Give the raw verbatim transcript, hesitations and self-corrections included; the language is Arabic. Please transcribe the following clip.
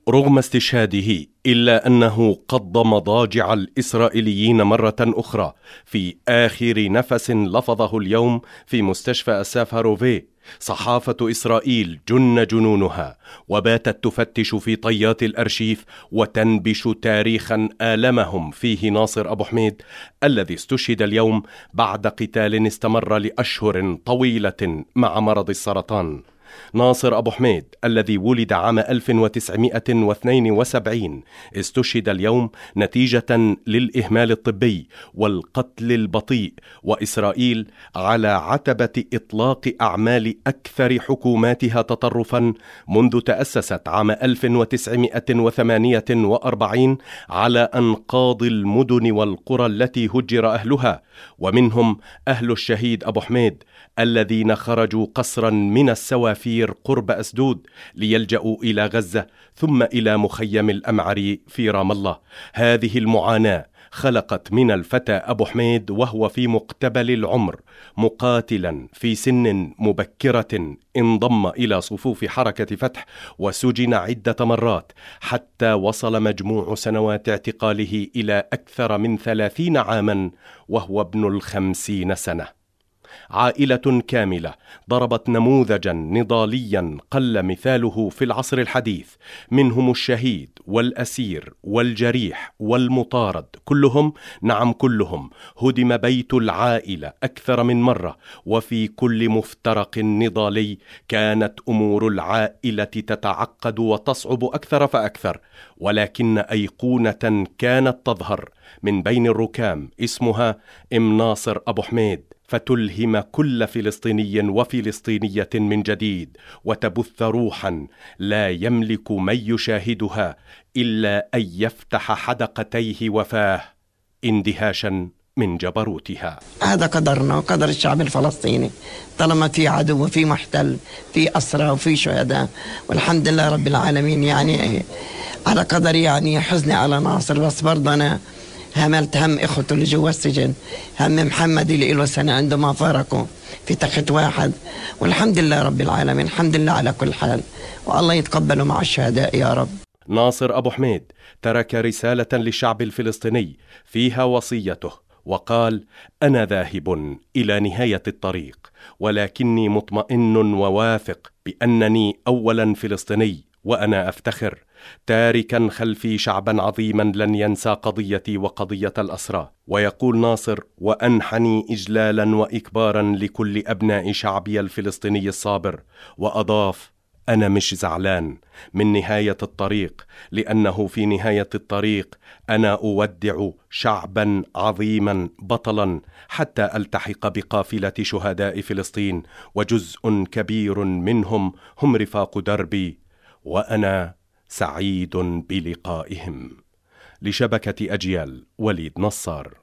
رغم استشهاده إلا أنه قض مضاجع الإسرائيليين مرة أخرى في آخر نفس لفظه اليوم في مستشفى أساف هاروفيه. صحافة إسرائيل جن جنونها وباتت تفتش في طيات الأرشيف وتنبش تاريخا آلمهم فيه ناصر أبو حميد الذي استشهد اليوم بعد قتال استمر لأشهر طويلة مع مرض السرطان. ناصر أبو حميد الذي ولد عام ألف وتسعمائة واثنين وسبعين استشهد اليوم نتيجة للإهمال الطبي والقتل البطيء، وإسرائيل على عتبة إطلاق أعمال أكثر حكوماتها تطرفا منذ تأسست عام ألف وتسعمائة وثمانية وأربعين على أنقاض المدن والقرى التي هجر أهلها، ومنهم أهل الشهيد أبو حميد الذين خرجوا قسرا من السوافير قرب أسدود ليلجأوا إلى غزة ثم إلى مخيم الأمعري في رام الله. هذه المعاناة خلقت من الفتى أبو حميد وهو في مقتبل العمر مقاتلا في سن مبكرة انضم إلى صفوف حركة فتح وسجن عدة مرات حتى وصل مجموع سنوات اعتقاله إلى أكثر من ثلاثين عاما وهو ابن الخمسين سنة. عائلة كاملة ضربت نموذجا نضاليا قل مثاله في العصر الحديث، منهم الشهيد والأسير والجريح والمطارد، كلهم نعم كلهم هدم بيت العائلة أكثر من مرة، وفي كل مفترق نضالي كانت أمور العائلة تتعقد وتصعب أكثر فأكثر، ولكن أيقونة كانت تظهر من بين الركام اسمها إم ناصر أبو حميد، فتلهم كل فلسطيني وفلسطينية من جديد وتبث روحا لا يملك من يشاهدها إلا أن يفتح حدقتيه وفاه اندهاشا من جبروتها. هذا قدرنا وقدر الشعب الفلسطيني، طالما في عدو وفي محتل في أسرى وفي شهداء، والحمد لله رب العالمين. يعني على قدر يعني حزني على ناصر، بس برضه أنا هملت هم إخوته اللي جوا السجن، هم محمد اللي له سنة عندما فارقوا في تخت واحد، والحمد لله رب العالمين، الحمد لله على كل حال، والله يتقبله مع الشهداء يا رب. ناصر أبو حميد ترك رسالة للشعب الفلسطيني فيها وصيته، وقال: أنا ذاهب إلى نهاية الطريق، ولكني مطمئن وواثق بأنني أولا فلسطيني، وأنا أفتخر تاركا خلفي شعبا عظيما لن ينسى قضيتي وقضية الأسرى. ويقول ناصر: وأنحني إجلالا وإكبارا لكل أبناء شعبي الفلسطيني الصابر. وأضاف: أنا مش زعلان من نهاية الطريق، لأنه في نهاية الطريق أنا أودع شعبا عظيما بطلا حتى ألتحق بقافلة شهداء فلسطين، وجزء كبير منهم هم رفاق دربي، وأنا سعيد بلقائهم. لشبكة أجيال، وليد نصار.